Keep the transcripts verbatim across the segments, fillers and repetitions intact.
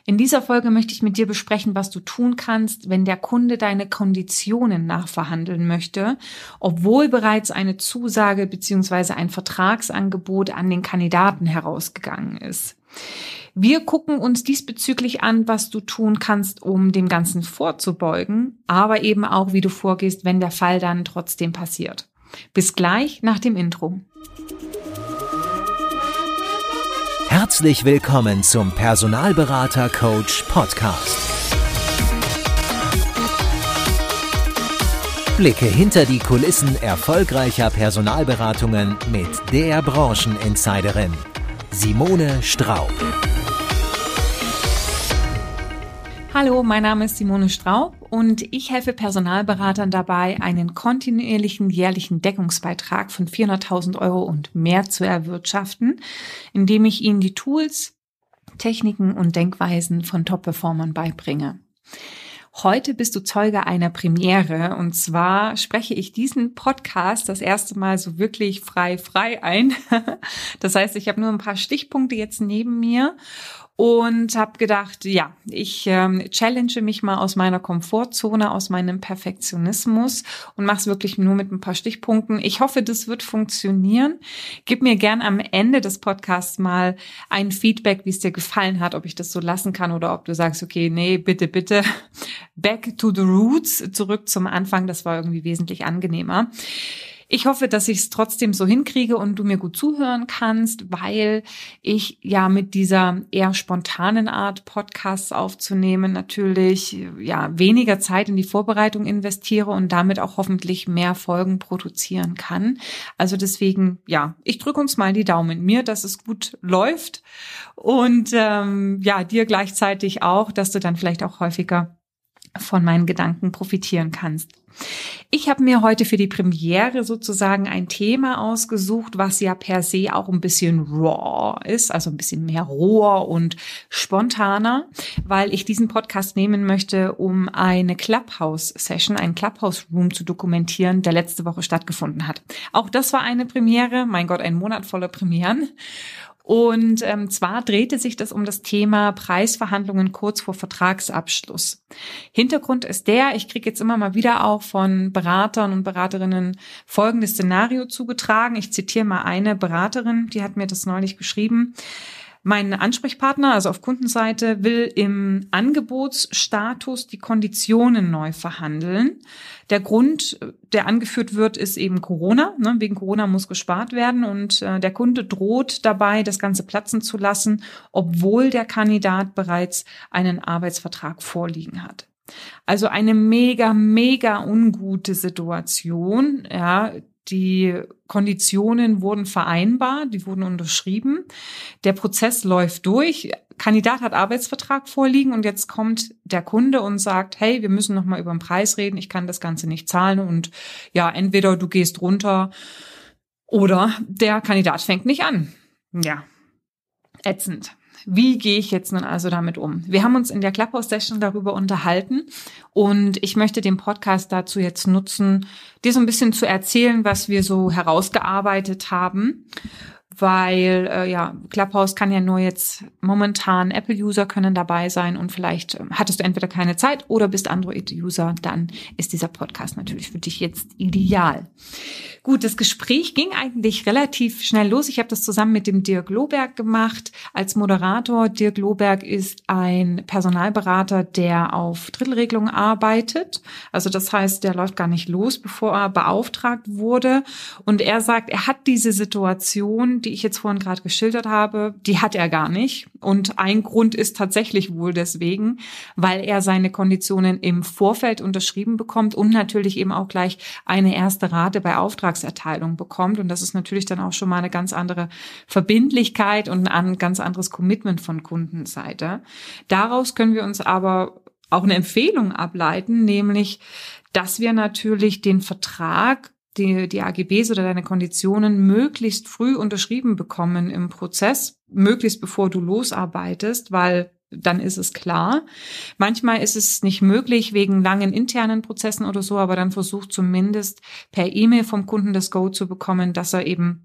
In dieser Folge möchte ich mit dir besprechen, was du tun kannst, wenn der Kunde deine Konditionen nachverhandeln möchte, obwohl bereits eine Zusage bzw. ein Vertragsangebot an den Kandidaten herausgegangen ist. Wir gucken uns diesbezüglich an, was du tun kannst, um dem Ganzen vorzubeugen, aber eben auch, wie du vorgehst, wenn der Fall dann trotzdem passiert. Bis gleich nach dem Intro. Herzlich willkommen zum Personalberater Coach Podcast. Blicke hinter die Kulissen erfolgreicher Personalberatungen mit der Brancheninsiderin Simone Straub. Hallo, mein Name ist Simone Straub und ich helfe Personalberatern dabei, einen kontinuierlichen jährlichen Deckungsbeitrag von vierhunderttausend Euro und mehr zu erwirtschaften, indem ich ihnen die Tools, Techniken und Denkweisen von Top-Performern beibringe. Heute bist du Zeuge einer Premiere und zwar spreche ich diesen Podcast das erste Mal so wirklich frei frei ein. Das heißt, ich habe nur ein paar Stichpunkte jetzt neben mir und habe gedacht, ja, ich ähm, challenge mich mal aus meiner Komfortzone, aus meinem Perfektionismus und mache es wirklich nur mit ein paar Stichpunkten. Ich hoffe, das wird funktionieren. Gib mir gern am Ende des Podcasts mal ein Feedback, wie es dir gefallen hat, ob ich das so lassen kann oder ob du sagst, okay, nee, bitte, bitte, back to the roots, zurück zum Anfang. Das war irgendwie wesentlich angenehmer. Ich hoffe, dass ich es trotzdem so hinkriege und du mir gut zuhören kannst, weil ich ja mit dieser eher spontanen Art, Podcasts aufzunehmen, natürlich ja weniger Zeit in die Vorbereitung investiere und damit auch hoffentlich mehr Folgen produzieren kann. Also deswegen, ja, ich drücke uns mal die Daumen mir, dass es gut läuft und ähm, ja, dir gleichzeitig auch, dass du dann vielleicht auch häufiger von meinen Gedanken profitieren kannst. Ich habe mir heute für die Premiere sozusagen ein Thema ausgesucht, was ja per se auch ein bisschen raw ist, also ein bisschen mehr roher und spontaner, weil ich diesen Podcast nehmen möchte, um eine Clubhouse-Session, einen Clubhouse-Room zu dokumentieren, der letzte Woche stattgefunden hat. Auch das war eine Premiere, mein Gott, ein Monat voller Premieren. Und ähm, zwar drehte sich das um das Thema Preisverhandlungen kurz vor Vertragsabschluss. Hintergrund ist der, ich kriege jetzt immer mal wieder auch von Beratern und Beraterinnen folgendes Szenario zugetragen. Ich zitiere mal eine Beraterin, die hat mir das neulich geschrieben. Mein Ansprechpartner, also auf Kundenseite, will im Angebotsstatus die Konditionen neu verhandeln. Der Grund, der angeführt wird, ist eben Corona. Ne? Wegen Corona muss gespart werden und äh, der Kunde droht dabei, das Ganze platzen zu lassen, obwohl der Kandidat bereits einen Arbeitsvertrag vorliegen hat. Also eine mega, mega ungute Situation, ja. Die Konditionen wurden vereinbart, die wurden unterschrieben. Der Prozess läuft durch. Kandidat hat Arbeitsvertrag vorliegen und jetzt kommt der Kunde und sagt, hey, wir müssen noch mal über den Preis reden. Ich kann das Ganze nicht zahlen und ja, entweder du gehst runter oder der Kandidat fängt nicht an. Ja, ätzend. Wie gehe ich jetzt nun also damit um? Wir haben uns in der Clubhouse-Session darüber unterhalten und ich möchte den Podcast dazu jetzt nutzen, dir so ein bisschen zu erzählen, was wir so herausgearbeitet haben, weil äh, ja Clubhouse kann ja nur jetzt momentan, Apple-User können dabei sein und vielleicht äh, hattest du entweder keine Zeit oder bist Android-User, dann ist dieser Podcast natürlich für dich jetzt ideal. Gut, das Gespräch ging eigentlich relativ schnell los. Ich habe das zusammen mit dem Dirk Lohberg gemacht als Moderator. Dirk Lohberg ist ein Personalberater, der auf Drittelregelung arbeitet. Also das heißt, der läuft gar nicht los, bevor er beauftragt wurde. Und er sagt, er hat diese Situation, die ich jetzt vorhin gerade geschildert habe, die hat er gar nicht. Und ein Grund ist tatsächlich wohl deswegen, weil er seine Konditionen im Vorfeld unterschrieben bekommt und natürlich eben auch gleich eine erste Rate bei Auftragserteilung bekommt. Und das ist natürlich dann auch schon mal eine ganz andere Verbindlichkeit und ein ganz anderes Commitment von Kundenseite. Daraus können wir uns aber auch eine Empfehlung ableiten, nämlich, dass wir natürlich den Vertrag, die, die A G Bs oder deine Konditionen möglichst früh unterschrieben bekommen im Prozess, möglichst bevor du losarbeitest, weil dann ist es klar. Manchmal ist es nicht möglich wegen langen internen Prozessen oder so, aber dann versucht zumindest per E-Mail vom Kunden das Go zu bekommen, dass er eben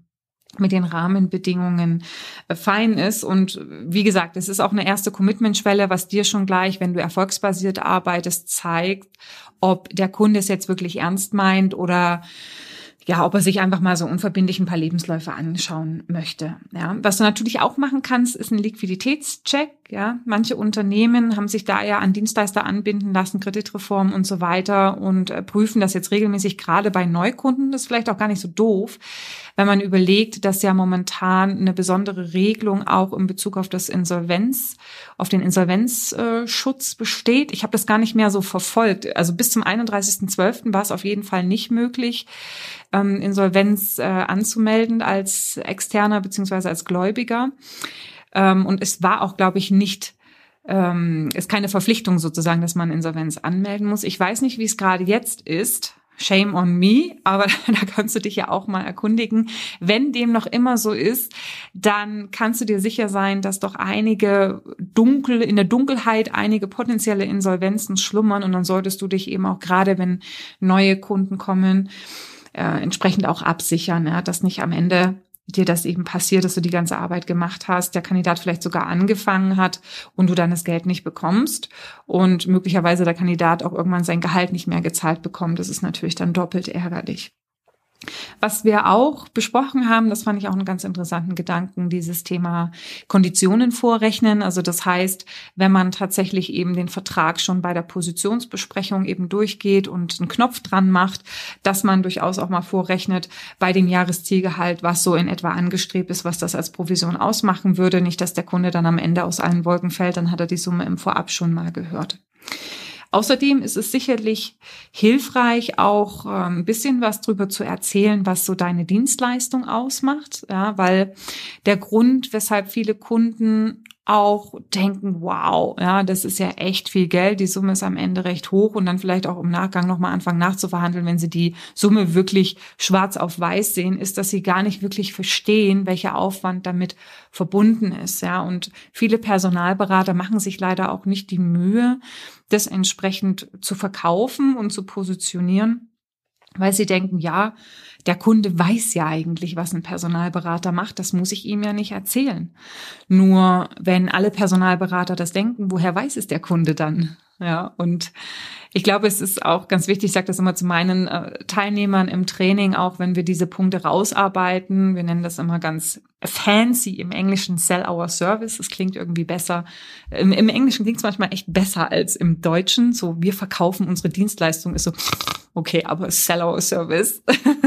mit den Rahmenbedingungen fein ist. Und wie gesagt, es ist auch eine erste Commitment-Schwelle, was dir schon gleich, wenn du erfolgsbasiert arbeitest, zeigt, ob der Kunde es jetzt wirklich ernst meint oder ja, ob er sich einfach mal so unverbindlich ein paar Lebensläufe anschauen möchte. Ja, was du natürlich auch machen kannst, ist ein Liquiditätscheck. Ja, manche Unternehmen haben sich da ja an Dienstleister anbinden lassen, Kreditreform und so weiter und äh, prüfen das jetzt regelmäßig, gerade bei Neukunden. Das ist vielleicht auch gar nicht so doof, wenn man überlegt, dass ja momentan eine besondere Regelung auch in Bezug auf das Insolvenz, auf den Insolvenzschutz besteht. Ich habe das gar nicht mehr so verfolgt. Also bis zum einunddreißigsten zwölften war es auf jeden Fall nicht möglich, ähm, Insolvenz äh, anzumelden als Externer beziehungsweise als Gläubiger. Ähm, und es war auch, glaube ich, nicht, ähm, ist keine Verpflichtung sozusagen, dass man Insolvenz anmelden muss. Ich weiß nicht, wie es gerade jetzt ist. Shame on me, aber da kannst du dich ja auch mal erkundigen. Wenn dem noch immer so ist, dann kannst du dir sicher sein, dass doch einige dunkel, in der Dunkelheit einige potenzielle Insolvenzen schlummern und dann solltest du dich eben auch gerade, wenn neue Kunden kommen, äh, entsprechend auch absichern, ja, dass nicht am Ende dir das eben passiert, dass du die ganze Arbeit gemacht hast, der Kandidat vielleicht sogar angefangen hat und du dann das Geld nicht bekommst und möglicherweise der Kandidat auch irgendwann sein Gehalt nicht mehr gezahlt bekommt. Das ist natürlich dann doppelt ärgerlich. Was wir auch besprochen haben, das fand ich auch einen ganz interessanten Gedanken, dieses Thema Konditionen vorrechnen. Also das heißt, wenn man tatsächlich eben den Vertrag schon bei der Positionsbesprechung eben durchgeht und einen Knopf dran macht, dass man durchaus auch mal vorrechnet bei dem Jahreszielgehalt, was so in etwa angestrebt ist, was das als Provision ausmachen würde. Nicht, dass der Kunde dann am Ende aus allen Wolken fällt, dann hat er die Summe im Vorab schon mal gehört. Außerdem ist es sicherlich hilfreich, auch ein bisschen was drüber zu erzählen, was so deine Dienstleistung ausmacht, ja, weil der Grund, weshalb viele Kunden auch denken, wow, ja, das ist ja echt viel Geld, die Summe ist am Ende recht hoch und dann vielleicht auch im Nachgang nochmal anfangen nachzuverhandeln, wenn sie die Summe wirklich schwarz auf weiß sehen, ist, dass sie gar nicht wirklich verstehen, welcher Aufwand damit verbunden ist, ja, und viele Personalberater machen sich leider auch nicht die Mühe, das entsprechend zu verkaufen und zu positionieren, weil sie denken, ja, der Kunde weiß ja eigentlich, was ein Personalberater macht, das muss ich ihm ja nicht erzählen. Nur wenn alle Personalberater das denken, woher weiß es der Kunde dann? Ja, und ich glaube, es ist auch ganz wichtig, ich sage das immer zu meinen äh, Teilnehmern im Training, auch wenn wir diese Punkte rausarbeiten, wir nennen das immer ganz fancy im Englischen Sell Our Service, das klingt irgendwie besser. Im, im Englischen klingt es manchmal echt besser als im Deutschen, so wir verkaufen unsere Dienstleistung, ist so, okay, aber Sell Our Service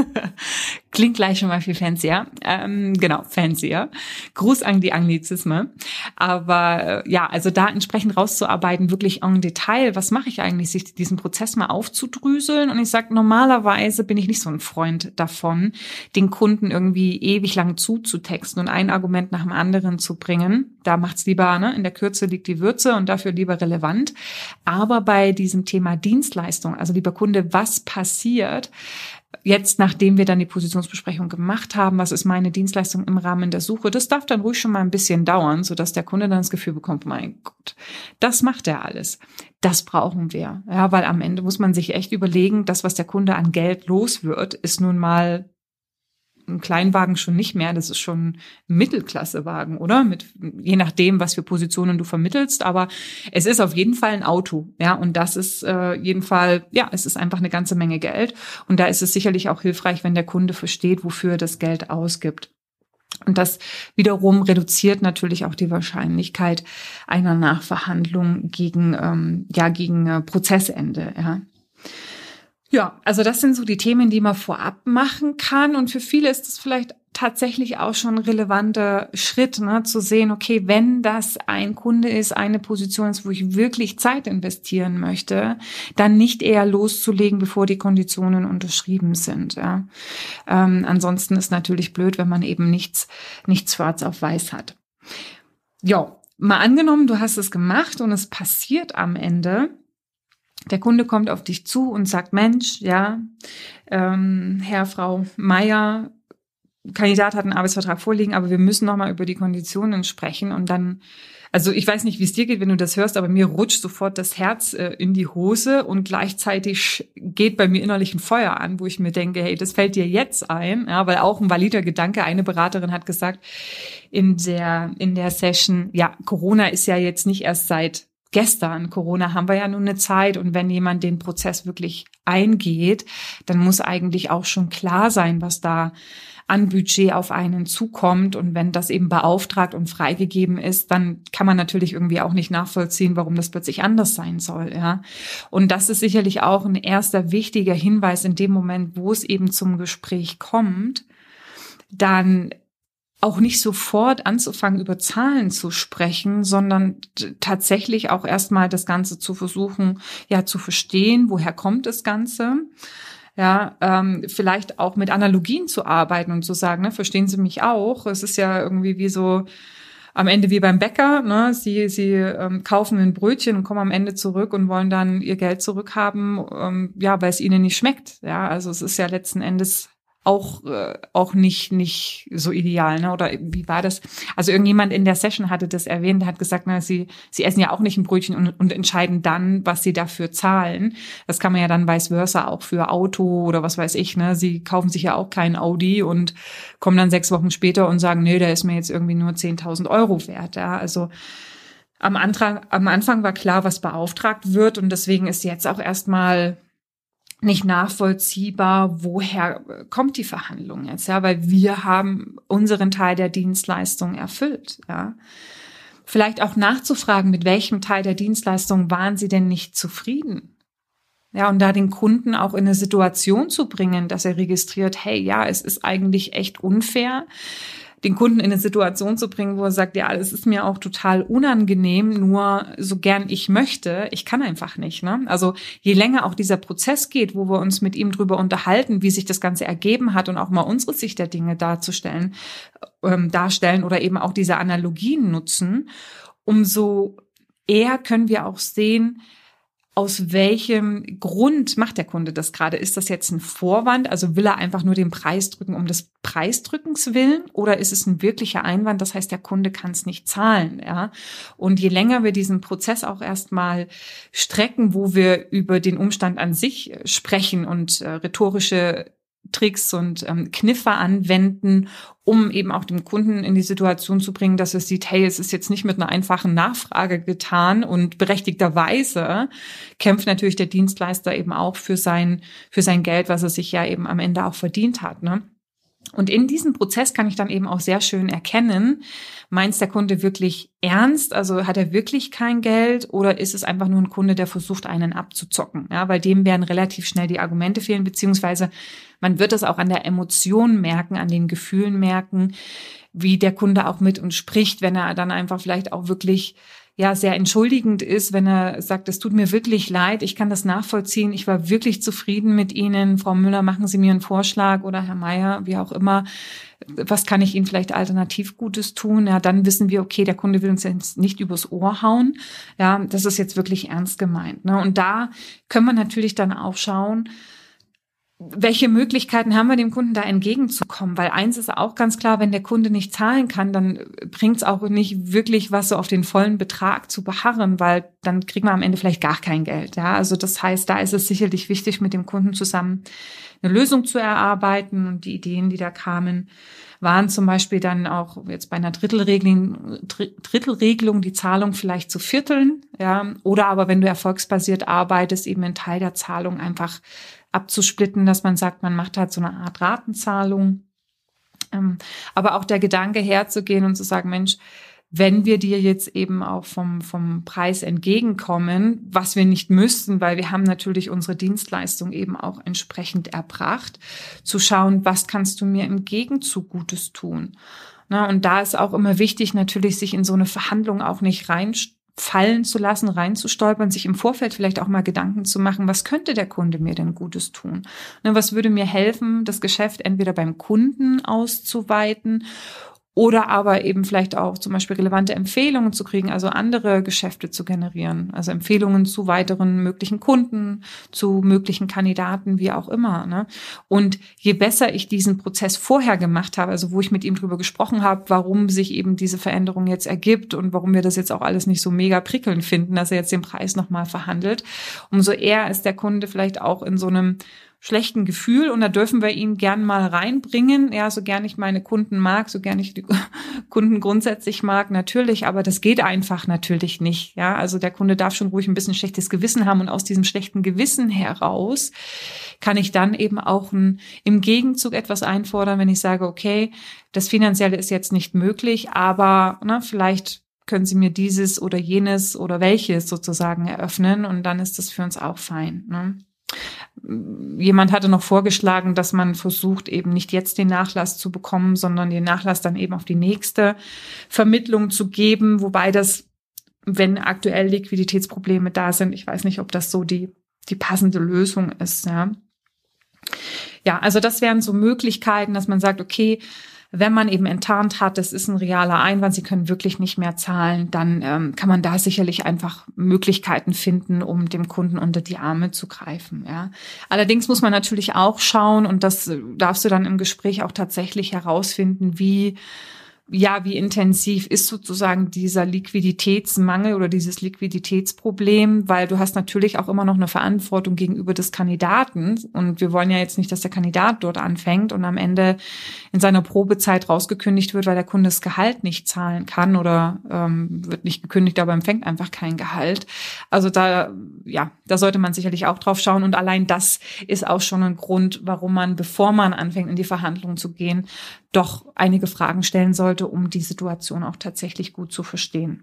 klingt gleich schon mal viel fancier. Ähm, genau, fancier. Gruß an die Anglizismen. Aber äh, ja, also da entsprechend rauszuarbeiten, wirklich en Detail, was mache ich eigentlich, sich diesen Prozess mal aufzudröseln. Und ich sage, normalerweise bin ich nicht so ein Freund davon, den Kunden irgendwie ewig lang zuzutexten und ein Argument nach dem anderen zu bringen. Da macht's lieber, ne, in der Kürze liegt die Würze und dafür lieber relevant. Aber bei diesem Thema Dienstleistung, also lieber Kunde, was passiert jetzt, nachdem wir dann die Positionsbesprechung gemacht haben, was ist meine Dienstleistung im Rahmen der Suche, das darf dann ruhig schon mal ein bisschen dauern, sodass der Kunde dann das Gefühl bekommt, mein Gott, das macht er alles. Das brauchen wir. Ja, weil am Ende muss man sich echt überlegen, das, was der Kunde an Geld los wird, ist nun mal ein Kleinwagen schon nicht mehr, das ist schon ein Mittelklassewagen, oder? Mit, je nachdem, was für Positionen du vermittelst, aber es ist auf jeden Fall ein Auto, ja, und das ist äh, jeden Fall, ja, es ist einfach eine ganze Menge Geld und da ist es sicherlich auch hilfreich, wenn der Kunde versteht, wofür er das Geld ausgibt. Und das wiederum reduziert natürlich auch die Wahrscheinlichkeit einer Nachverhandlung gegen, ähm, ja, gegen äh, Prozessende, ja. Ja, also das sind so die Themen, die man vorab machen kann. Und für viele ist es vielleicht tatsächlich auch schon ein relevanter Schritt, ne, zu sehen, okay, wenn das ein Kunde ist, eine Position ist, wo ich wirklich Zeit investieren möchte, dann nicht eher loszulegen, bevor die Konditionen unterschrieben sind. Ja. Ähm, ansonsten ist natürlich blöd, wenn man eben nichts, nichts schwarz auf weiß hat. Ja, mal angenommen, du hast es gemacht und es passiert am Ende. Der Kunde kommt auf dich zu und sagt, Mensch, ja, ähm, Herr, Frau Meier, Kandidat hat einen Arbeitsvertrag vorliegen, aber wir müssen noch mal über die Konditionen sprechen. Und dann Also ich weiß nicht, wie es dir geht, wenn du das hörst, aber mir rutscht sofort das Herz äh, in die Hose und gleichzeitig geht bei mir innerlich ein Feuer an, wo ich mir denke, hey, das fällt dir jetzt ein, ja, weil auch ein valider Gedanke, eine Beraterin hat gesagt in der in der Session, ja, Corona ist ja jetzt nicht erst seit gestern. Corona haben wir ja nun eine Zeit und wenn jemand den Prozess wirklich eingeht, dann muss eigentlich auch schon klar sein, was da an Budget auf einen zukommt. Und wenn das eben beauftragt und freigegeben ist, dann kann man natürlich irgendwie auch nicht nachvollziehen, warum das plötzlich anders sein soll, ja. Und das ist sicherlich auch ein erster wichtiger Hinweis in dem Moment, wo es eben zum Gespräch kommt, dann auch nicht sofort anzufangen, über Zahlen zu sprechen, sondern tatsächlich auch erstmal das Ganze zu versuchen, ja, zu verstehen, woher kommt das Ganze. Ja, ähm, vielleicht auch mit Analogien zu arbeiten und zu sagen, ne, verstehen Sie mich auch? Es ist ja irgendwie wie so am Ende wie beim Bäcker, ne? Sie Sie ähm, kaufen ein Brötchen und kommen am Ende zurück und wollen dann ihr Geld zurückhaben, ähm, ja, weil es ihnen nicht schmeckt. Ja, also es ist ja letzten Endes auch äh, auch nicht nicht so ideal, ne? Oder wie war das? Also irgendjemand in der Session hatte das erwähnt, der hat gesagt, na, sie sie essen ja auch nicht ein Brötchen und, und entscheiden dann, was sie dafür zahlen. Das kann man ja dann vice versa auch für Auto oder was weiß ich, ne? Sie kaufen sich ja auch kein Audi und kommen dann sechs Wochen später und sagen, nee, der ist mir jetzt irgendwie nur zehntausend Euro wert, ja? Also am Anfang am Anfang war klar, was beauftragt wird und deswegen ist jetzt auch erstmal nicht nachvollziehbar, woher kommt die Verhandlung jetzt, ja, weil wir haben unseren Teil der Dienstleistung erfüllt, ja. Vielleicht auch nachzufragen, mit welchem Teil der Dienstleistung waren Sie denn nicht zufrieden? Ja, und da den Kunden auch in eine Situation zu bringen, dass er registriert, hey, ja, es ist eigentlich echt unfair, den Kunden in eine Situation zu bringen, wo er sagt, ja, es ist mir auch total unangenehm, nur so gern ich möchte, ich kann einfach nicht, ne? Also je länger auch dieser Prozess geht, wo wir uns mit ihm drüber unterhalten, wie sich das Ganze ergeben hat und auch mal unsere Sicht der Dinge darzustellen, ähm, darstellen oder eben auch diese Analogien nutzen, umso eher können wir auch sehen, aus welchem Grund macht der Kunde das gerade? Ist das jetzt ein Vorwand? Also will er einfach nur den Preis drücken um des Preisdrückens willen? Oder ist es ein wirklicher Einwand? Das heißt, der Kunde kann es nicht zahlen, ja? Und je länger wir diesen Prozess auch erstmal strecken, wo wir über den Umstand an sich sprechen und äh, rhetorische Tricks und ähm, Kniffe anwenden, um eben auch dem Kunden in die Situation zu bringen, dass er sieht, hey, es ist jetzt nicht mit einer einfachen Nachfrage getan und berechtigterweise kämpft natürlich der Dienstleister eben auch für sein, für sein Geld, was er sich ja eben am Ende auch verdient hat, ne? Und in diesem Prozess kann ich dann eben auch sehr schön erkennen, meint der Kunde wirklich ernst? Also hat er wirklich kein Geld oder ist es einfach nur ein Kunde, der versucht, einen abzuzocken? Ja, bei dem werden relativ schnell die Argumente fehlen, beziehungsweise man wird es auch an der Emotion merken, an den Gefühlen merken, wie der Kunde auch mit uns spricht, wenn er dann einfach vielleicht auch wirklich ja sehr entschuldigend ist, wenn er sagt, es tut mir wirklich leid, ich kann das nachvollziehen, ich war wirklich zufrieden mit Ihnen, Frau Müller, machen Sie mir einen Vorschlag oder Herr Meier, wie auch immer, was kann ich Ihnen vielleicht alternativ Gutes tun? Ja, dann wissen wir, okay, der Kunde will uns jetzt nicht übers Ohr hauen, ja, das ist jetzt wirklich ernst gemeint, ne? Und da können wir natürlich dann auch schauen, welche Möglichkeiten haben wir, dem Kunden da entgegenzukommen? Weil eins ist auch ganz klar, wenn der Kunde nicht zahlen kann, dann bringt es auch nicht wirklich was, so auf den vollen Betrag zu beharren, weil dann kriegen wir am Ende vielleicht gar kein Geld. Ja, also das heißt, da ist es sicherlich wichtig, mit dem Kunden zusammen eine Lösung zu erarbeiten. Und die Ideen, die da kamen, waren zum Beispiel dann auch jetzt bei einer Drittelregelung, Drittelregelung die Zahlung vielleicht zu vierteln. Ja, oder aber wenn du erfolgsbasiert arbeitest, eben einen Teil der Zahlung einfach abzusplitten, dass man sagt, man macht halt so eine Art Ratenzahlung. Ähm, aber auch der Gedanke herzugehen und zu sagen, Mensch, wenn wir dir jetzt eben auch vom, vom Preis entgegenkommen, was wir nicht müssten, weil wir haben natürlich unsere Dienstleistung eben auch entsprechend erbracht, zu schauen, was kannst du mir im Gegenzug Gutes tun? Na, und da ist auch immer wichtig, natürlich sich in so eine Verhandlung auch nicht reinstellen, fallen zu lassen, reinzustolpern, sich im Vorfeld vielleicht auch mal Gedanken zu machen, was könnte der Kunde mir denn Gutes tun? Ne, was würde mir helfen, das Geschäft entweder beim Kunden auszuweiten Oder aber eben vielleicht auch zum Beispiel relevante Empfehlungen zu kriegen, also andere Geschäfte zu generieren. Also Empfehlungen zu weiteren möglichen Kunden, zu möglichen Kandidaten, wie auch immer. Ne? Und je besser ich diesen Prozess vorher gemacht habe, also wo ich mit ihm drüber gesprochen habe, warum sich eben diese Veränderung jetzt ergibt und warum wir das jetzt auch alles nicht so mega prickelnd finden, dass er jetzt den Preis nochmal verhandelt, umso eher ist der Kunde vielleicht auch in so einem schlechten Gefühl, und da dürfen wir ihn gern mal reinbringen. Ja, so gern ich meine Kunden mag, so gern ich die Kunden grundsätzlich mag, natürlich, aber das geht einfach natürlich nicht. Ja, also der Kunde darf schon ruhig ein bisschen schlechtes Gewissen haben, und aus diesem schlechten Gewissen heraus kann ich dann eben auch ein, im Gegenzug etwas einfordern, wenn ich sage, okay, das Finanzielle ist jetzt nicht möglich, aber ne, vielleicht können Sie mir dieses oder jenes oder welches sozusagen eröffnen, und dann ist das für uns auch fein. Ne? Jemand hatte noch vorgeschlagen, dass man versucht, eben nicht jetzt den Nachlass zu bekommen, sondern den Nachlass dann eben auf die nächste Vermittlung zu geben, wobei das, wenn aktuell Liquiditätsprobleme da sind, ich weiß nicht, ob das so die, die passende Lösung ist. Ja, ja, also das wären so Möglichkeiten, dass man sagt, okay, wenn man eben enttarnt hat, das ist ein realer Einwand, Sie können wirklich nicht mehr zahlen, dann ähm, kann man da sicherlich einfach Möglichkeiten finden, um dem Kunden unter die Arme zu greifen. Ja. Allerdings muss man natürlich auch schauen, und das darfst du dann im Gespräch auch tatsächlich herausfinden, wie ja, wie intensiv ist sozusagen dieser Liquiditätsmangel oder dieses Liquiditätsproblem, weil du hast natürlich auch immer noch eine Verantwortung gegenüber des Kandidaten, und wir wollen ja jetzt nicht, dass der Kandidat dort anfängt und am Ende in seiner Probezeit rausgekündigt wird, weil der Kunde das Gehalt nicht zahlen kann, oder ähm, wird nicht gekündigt, aber empfängt einfach kein Gehalt. Also da, ja, da sollte man sicherlich auch drauf schauen, und allein das ist auch schon ein Grund, warum man, bevor man anfängt, in die Verhandlungen zu gehen, doch einige Fragen stellen sollte, um die Situation auch tatsächlich gut zu verstehen.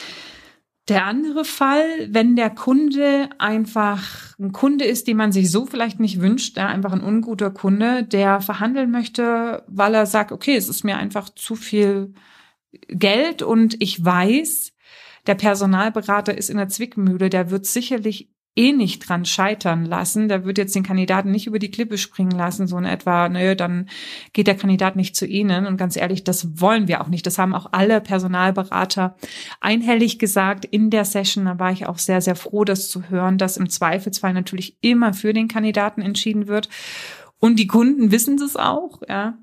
Der andere Fall, wenn der Kunde einfach ein Kunde ist, den man sich so vielleicht nicht wünscht, ja, einfach ein unguter Kunde, der verhandeln möchte, weil er sagt, okay, es ist mir einfach zu viel Geld und ich weiß, der Personalberater ist in der Zwickmühle, der wird sicherlich eh nicht dran scheitern lassen. Der wird jetzt den Kandidaten nicht über die Klippe springen lassen, so in etwa, naja, dann geht der Kandidat nicht zu Ihnen. Und ganz ehrlich, das wollen wir auch nicht. Das haben auch alle Personalberater einhellig gesagt in der Session. Da war ich auch sehr, sehr froh, das zu hören, dass im Zweifelsfall natürlich immer für den Kandidaten entschieden wird. Und die Kunden wissen das auch, ja.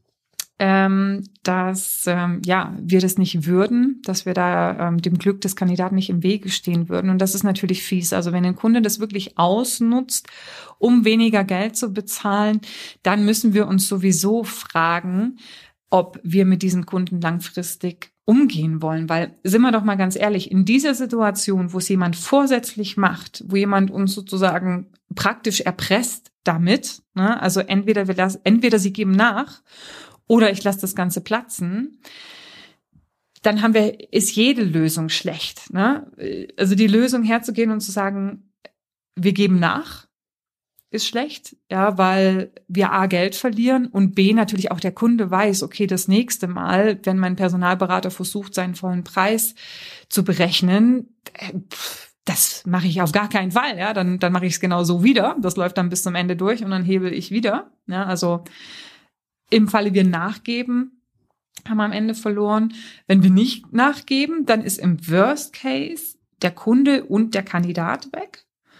Ähm, dass ähm, ja wir das nicht würden, dass wir da ähm, dem Glück des Kandidaten nicht im Wege stehen würden. Und das ist natürlich fies. Also wenn ein Kunde das wirklich ausnutzt, um weniger Geld zu bezahlen, dann müssen wir uns sowieso fragen, ob wir mit diesem Kunden langfristig umgehen wollen. Weil, sind wir doch mal ganz ehrlich, in dieser Situation, wo es jemand vorsätzlich macht, wo jemand uns sozusagen praktisch erpresst damit, ne, also entweder wir lassen, entweder sie geben nach, oder ich lasse das Ganze platzen, dann haben wir, ist jede Lösung schlecht. Ne? Also die Lösung herzugehen und zu sagen, wir geben nach, ist schlecht, ja, weil wir A, Geld verlieren, und B, natürlich auch der Kunde weiß, okay, das nächste Mal, wenn mein Personalberater versucht, seinen vollen Preis zu berechnen, das mache ich auf gar keinen Fall, ja, dann, dann mache ich es genau so wieder. Das läuft dann bis zum Ende durch und dann hebel ich wieder. Ja, also im Falle wir nachgeben, haben wir am Ende verloren. Wenn wir nicht nachgeben, dann ist im Worst Case der Kunde und der Kandidat weg.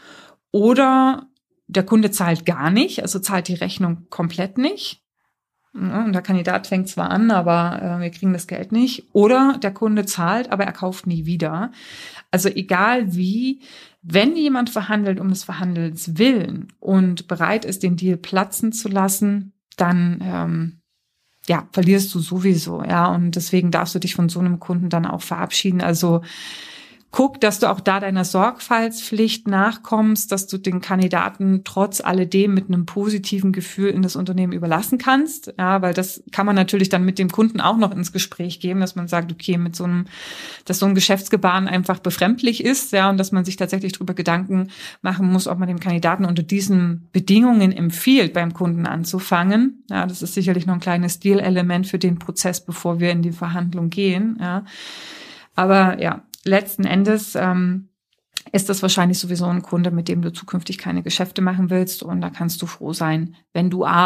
Oder der Kunde zahlt gar nicht, also zahlt die Rechnung komplett nicht. Und der Kandidat fängt zwar an, aber äh, wir kriegen das Geld nicht. Oder der Kunde zahlt, aber er kauft nie wieder. Also egal wie, wenn jemand verhandelt um des Verhandelns willen und bereit ist, den Deal platzen zu lassen, dann ähm, ja verlierst du sowieso, ja, und deswegen darfst du dich von so einem Kunden dann auch verabschieden. Also guck, dass du auch da deiner Sorgfaltspflicht nachkommst, dass du den Kandidaten trotz alledem mit einem positiven Gefühl in das Unternehmen überlassen kannst, ja, weil das kann man natürlich dann mit dem Kunden auch noch ins Gespräch geben, dass man sagt, okay, mit so einem, dass so ein Geschäftsgebaren einfach befremdlich ist, ja, und dass man sich tatsächlich darüber Gedanken machen muss, ob man dem Kandidaten unter diesen Bedingungen empfiehlt, beim Kunden anzufangen. Ja, das ist sicherlich noch ein kleines Deal-Element für den Prozess, bevor wir in die Verhandlung gehen, ja. Aber ja, letzten Endes ähm, ist das wahrscheinlich sowieso ein Kunde, mit dem du zukünftig keine Geschäfte machen willst. Und da kannst du froh sein, wenn du A,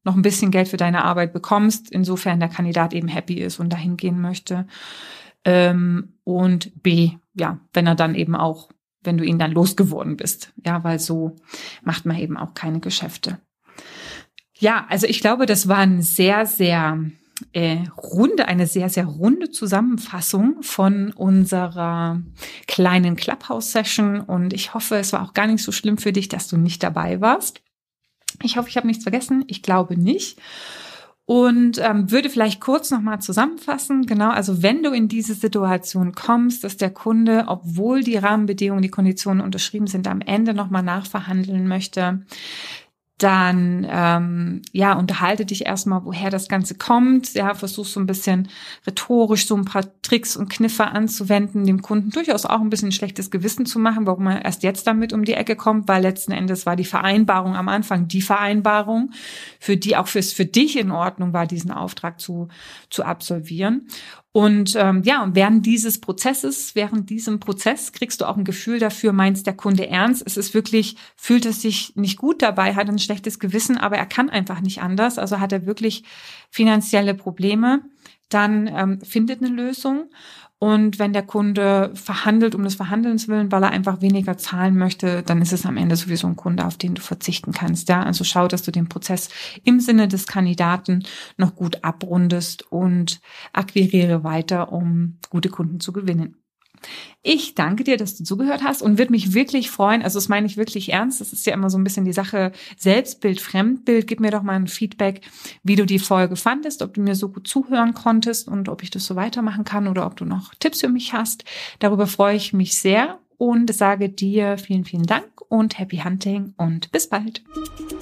noch ein bisschen Geld für deine Arbeit bekommst, insofern der Kandidat eben happy ist und dahin gehen möchte. Ähm, und B, ja, wenn er dann eben auch, wenn du ihn dann losgeworden bist. Ja, weil so macht man eben auch keine Geschäfte. Ja, also ich glaube, das war ein sehr, sehr Äh, runde, eine sehr, sehr runde Zusammenfassung von unserer kleinen Clubhouse-Session und ich hoffe, es war auch gar nicht so schlimm für dich, dass du nicht dabei warst. Ich hoffe, ich habe nichts vergessen. Ich glaube nicht. Und ähm, würde vielleicht kurz nochmal zusammenfassen. Genau, also wenn du in diese Situation kommst, dass der Kunde, obwohl die Rahmenbedingungen, die Konditionen unterschrieben sind, am Ende nochmal nachverhandeln möchte, dann ähm, ja, unterhalte dich erstmal, woher das Ganze kommt. Ja, versuch so ein bisschen rhetorisch so ein paar Tricks und Kniffe anzuwenden, dem Kunden durchaus auch ein bisschen schlechtes Gewissen zu machen, warum er erst jetzt damit um die Ecke kommt, weil letzten Endes war die Vereinbarung am Anfang die Vereinbarung, für die auch fürs für dich in Ordnung war, diesen Auftrag zu zu absolvieren. Und ähm, ja, und während dieses Prozesses, während diesem Prozess kriegst du auch ein Gefühl dafür, meint der Kunde ernst? Es ist wirklich, fühlt es sich nicht gut dabei, hat ein schlechtes Gewissen, aber er kann einfach nicht anders. Also hat er wirklich finanzielle Probleme, dann ähm, findet eine Lösung. Und wenn der Kunde verhandelt um des Verhandelns willen, weil er einfach weniger zahlen möchte, dann ist es am Ende sowieso ein Kunde, auf den du verzichten kannst. Ja, also schau, dass du den Prozess im Sinne des Kandidaten noch gut abrundest und akquiriere weiter, um gute Kunden zu gewinnen. Ich danke dir, dass du zugehört hast und würde mich wirklich freuen, also das meine ich wirklich ernst, das ist ja immer so ein bisschen die Sache Selbstbild, Fremdbild, gib mir doch mal ein Feedback, wie du die Folge fandest, ob du mir so gut zuhören konntest und ob ich das so weitermachen kann oder ob du noch Tipps für mich hast. Darüber freue ich mich sehr und sage dir vielen, vielen Dank und Happy Hunting und bis bald.